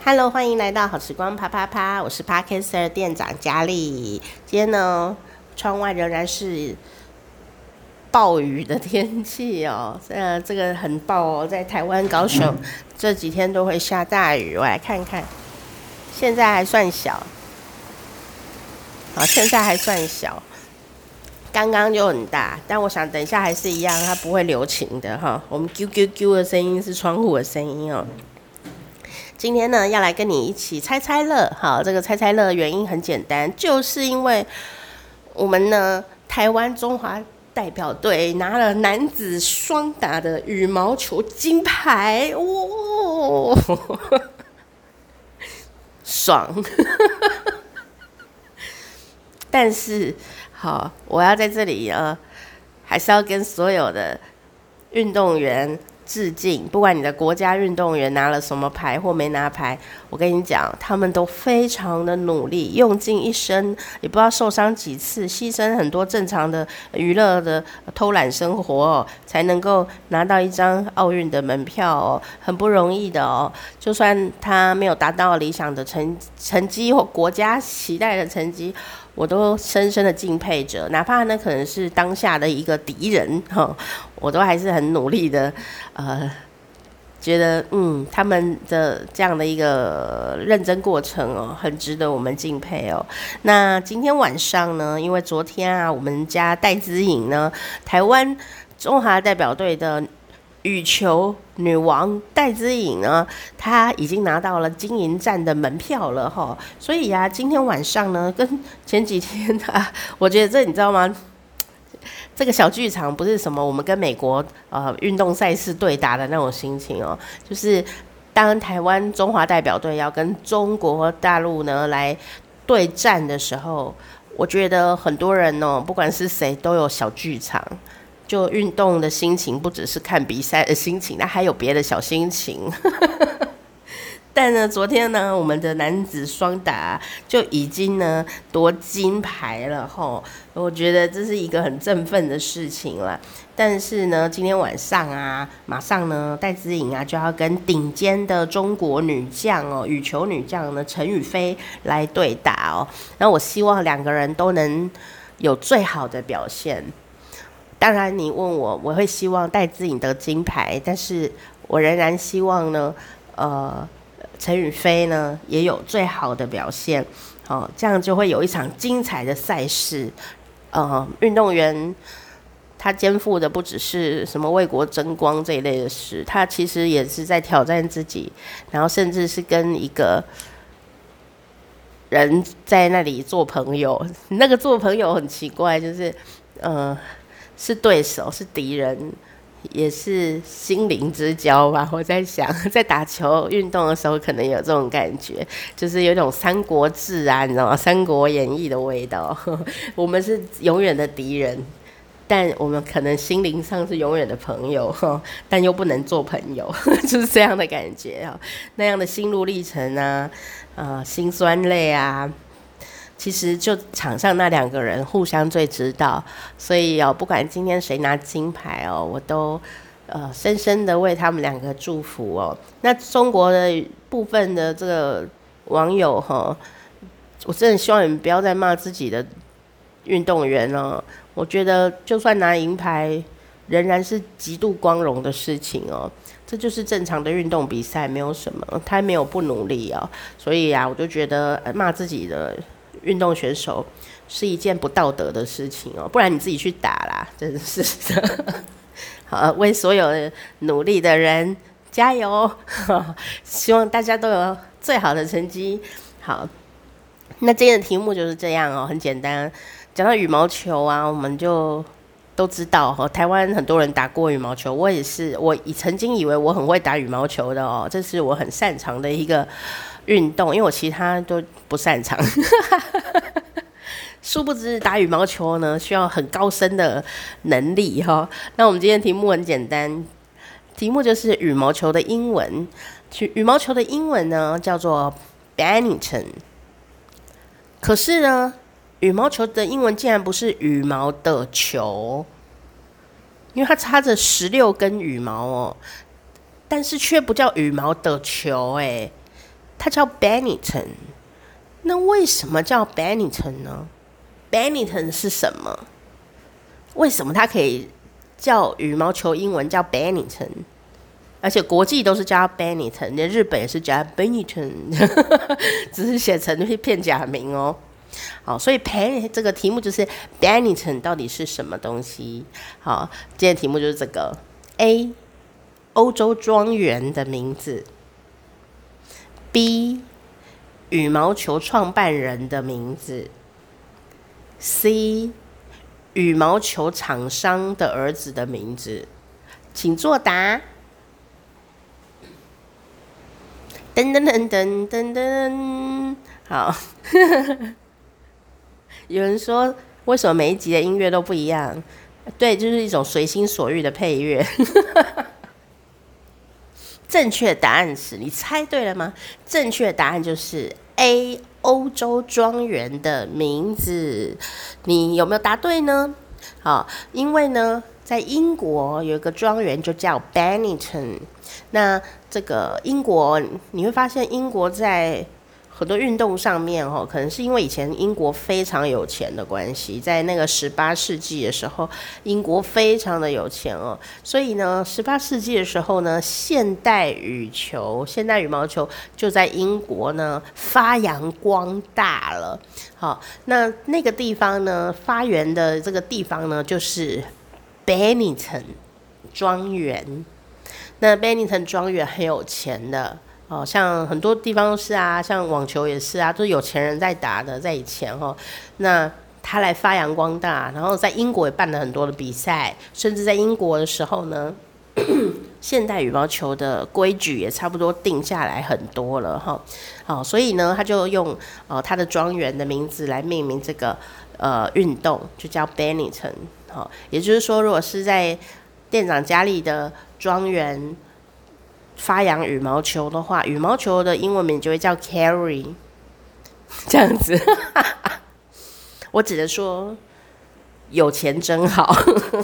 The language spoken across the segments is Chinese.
Hello，欢迎来到好时光啪啪啪，我是 Podcaster 店长佳丽。今天呢，窗外仍然是暴雨的天气哦，这个很暴哦，在台湾高雄这几天都会下大雨。我来看看，现在还算小，好，现在还算小，刚刚就很大，但我想等一下还是一样，它不会留情的哈。我们啾啾啾的声音是窗户的声音哦。今天呢，要来跟你一起猜猜乐。好，这个猜猜乐原因很简单，就是因为我们呢，台湾中华代表队拿了男子双打的羽毛球金牌，哦，爽！但是，好，我要在这里还是要跟所有的运动员致敬，不管你的国家运动员拿了什么牌或没拿牌，我跟你讲，他们都非常的努力，用尽一生，也不知道受伤几次，牺牲很多正常的娱乐的偷懒生活哦，才能够拿到一张奥运的门票哦，很不容易的哦。就算他没有达到理想的成绩或国家期待的成绩，我都深深的敬佩着，哪怕那可能是当下的一个敌人我都还是很努力的，觉得他们的这样的一个认真过程哦，很值得我们敬佩哦。那今天晚上呢，因为昨天啊，我们家戴资颖呢，台湾中华代表队的羽球女王戴资颖呢，她已经拿到了金银站的门票了哈，所以啊，今天晚上呢，跟前几天我觉得这你知道吗？这个小剧场不是什么我们跟美国运动赛事对打的那种心情哦，就是当台湾中华代表队要跟中国大陆呢来对战的时候，我觉得很多人哦，不管是谁都有小剧场。就运动的心情不只是看比赛的心情，那还有别的小心情。但呢，昨天呢，我们的男子双打就已经呢夺金牌了吼，我觉得这是一个很振奋的事情了。但是呢，今天晚上啊，马上呢，戴资颖啊就要跟顶尖的中国女将哦，羽球女将呢陈雨菲来对打哦。那我希望两个人都能有最好的表现。当然，你问我，我会希望戴资颖得金牌，但是我仍然希望呢，陈雨菲呢也有最好的表现，这样就会有一场精彩的赛事。运动员他肩负的不只是什么为国争光这一类的事，他其实也是在挑战自己，然后甚至是跟一个人在那里做朋友。那个做朋友很奇怪，就是是对手，是敌人，也是心灵之交吧。我在想，在打球运动的时候，可能有这种感觉，就是有一种《三国志》啊，你知道吗？《三国演义》的味道。我们是永远的敌人，但我们可能心灵上是永远的朋友，但又不能做朋友，就是这样的感觉。那样的心路历程啊，辛酸泪啊。其实就场上那两个人互相最知道，所以不管今天谁拿金牌哦，我都深深的为他们两个祝福哦。那中国的部分的这个网友我真的希望你们不要再骂自己的运动员哦。我觉得就算拿银牌，仍然是极度光荣的事情哦。这就是正常的运动比赛，没有什么，他没有不努力哦。所以啊，我就觉得骂自己的运动选手是一件不道德的事情哦，不然你自己去打啦，真是的。好，为所有努力的人加油！希望大家都有最好的成绩。好，那今天的题目就是这样哦，很简单。讲到羽毛球啊，我们就都知道台湾很多人打过羽毛球，我也是，我曾经以为我很会打羽毛球的哦，这是我很擅长的一个运动，因为我其他都不擅长。殊不知打羽毛球呢，需要很高深的能力哈。那我们今天题目很简单，题目就是羽毛球的英文。羽毛球的英文呢叫做 badminton， 可是呢，羽毛球的英文竟然不是羽毛的球，因为它插着16根羽毛哦，但是却不叫羽毛的球哎。 它叫 Benetton。那为什么叫 Benetton 呢？ Benetton 是什么？为什么它可以叫羽毛球英文叫 Benetton， 而且国际都是叫 Benetton， 连日本也是叫 Benetton 只是写成片假名哦。好，所以这个题目就是 Benetton 到底是什么东西。好，今天的题目就是这个。 A 欧洲庄园的名字， B 羽毛球创办人的名字， C 羽毛球厂商的儿子的名字。请作答。噔噔噔噔噔噔，好。有人说为什么每一集的音乐都不一样？对，就是一种随心所欲的配乐。正确答案是，你猜对了吗？正确答案就是 A 欧洲庄园的名字。你有没有答对呢？好，因为呢在英国有一个庄园就叫 Benetton。那这个英国你会发现，英国在很多运动上面可能是因为以前英国非常有钱的关系，在那个18世纪的时候，英国非常的有钱所以呢18世纪的时候呢，现代羽毛球就在英国呢发扬光大了。好，那个地方呢，发源的这个地方呢，就是 Benetton 庄园。那 Benetton 庄园很有钱的像很多地方都是啊，像网球也是啊，都是有钱人在打的，在以前那他来发扬光大，然后在英国也办了很多的比赛，甚至在英国的时候呢，现代羽毛球的规矩也差不多定下来很多了所以呢，他就用他的庄园的名字来命名这个运动，就叫 Benetton。也就是说，如果是在店长家里的庄园发扬羽毛球的话，羽毛球的英文名就会叫 Carry， 这样子。我只能说有钱真好。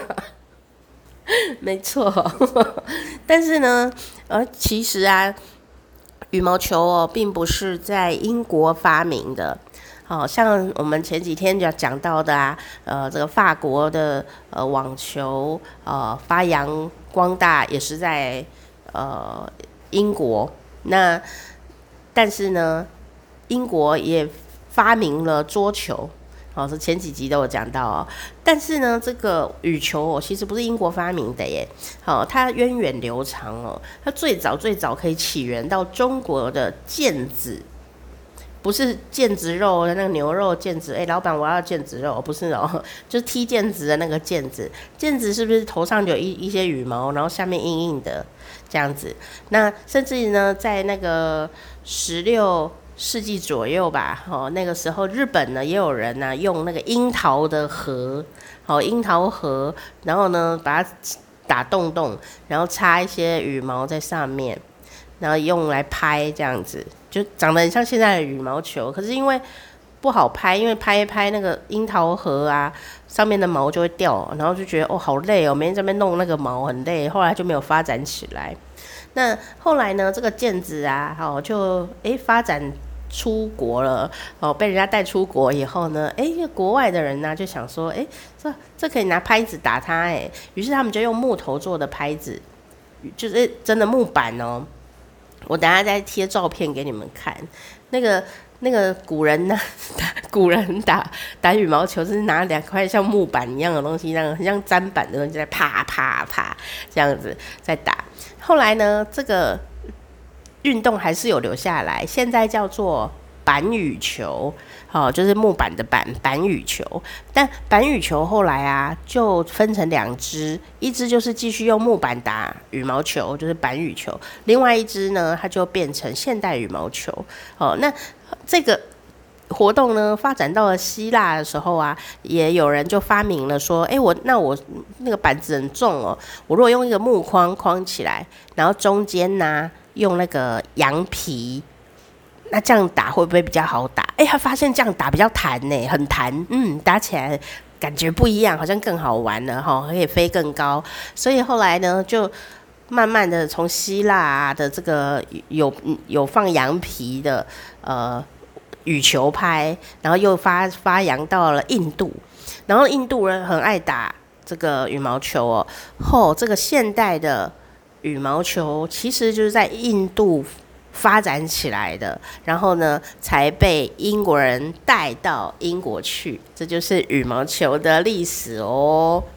没错。但是呢其实啊，羽毛球并不是在英国发明的。像我们前几天就讲到的啊，这个法国的网球发扬光大也是在英国。但是呢，英国也发明了桌球，是前几集都有讲到但是呢，这个羽球其实不是英国发明的耶。它源远流长它最早可以起源到中国的毽子。不是腱子肉的那个牛肉腱子，老板我要腱子肉，不是就是踢毽子的那个毽子。毽子是不是头上就有一些羽毛，然后下面硬硬的这样子？那甚至呢，在那个16世纪左右吧，那个时候日本呢也有人呢用那个樱桃的核，樱桃核，然后呢把它打洞，然后插一些羽毛在上面，然后用来拍这样子。就长得很像现在的羽毛球，可是因为不好拍，因为拍一拍那个樱桃核啊，上面的毛就会掉，然后就觉得好累每天在那边弄那个毛很累，后来就没有发展起来。那后来呢，这个毽子啊，就发展出国了被人家带出国以后呢，国外的人呢就想说，这可以拿拍子打它于是他们就用木头做的拍子，就是真的木板我等一下再贴照片给你们看。那个古人呢，古人打羽毛球是拿2块像木板一样的东西，那个很像砧板的东西在啪啪啪这样子在打。后来呢，这个运动还是有留下来，现在叫做板羽球，就是木板的板羽球。但板羽球后来啊，就分成2支，一支就是继续用木板打羽毛球，就是板羽球；另外一支呢，它就变成现代羽毛球。那这个活动呢，发展到了希腊的时候啊，也有人就发明了说，我那个板子很重我如果用一个木框框起来，然后中间呢用那个羊皮。那这样打会不会比较好打？他发现这样打比较弹很弹，打起来感觉不一样，好像更好玩了可以飞更高。所以后来呢，就慢慢的从希腊的这个有放羊皮的羽球拍，然后又发扬到了印度，然后印度人很爱打这个羽毛球哦。这个现代的羽毛球其实就是在印度发展起来的，然后呢才被英国人带到英国去，这就是羽毛球的历史哦。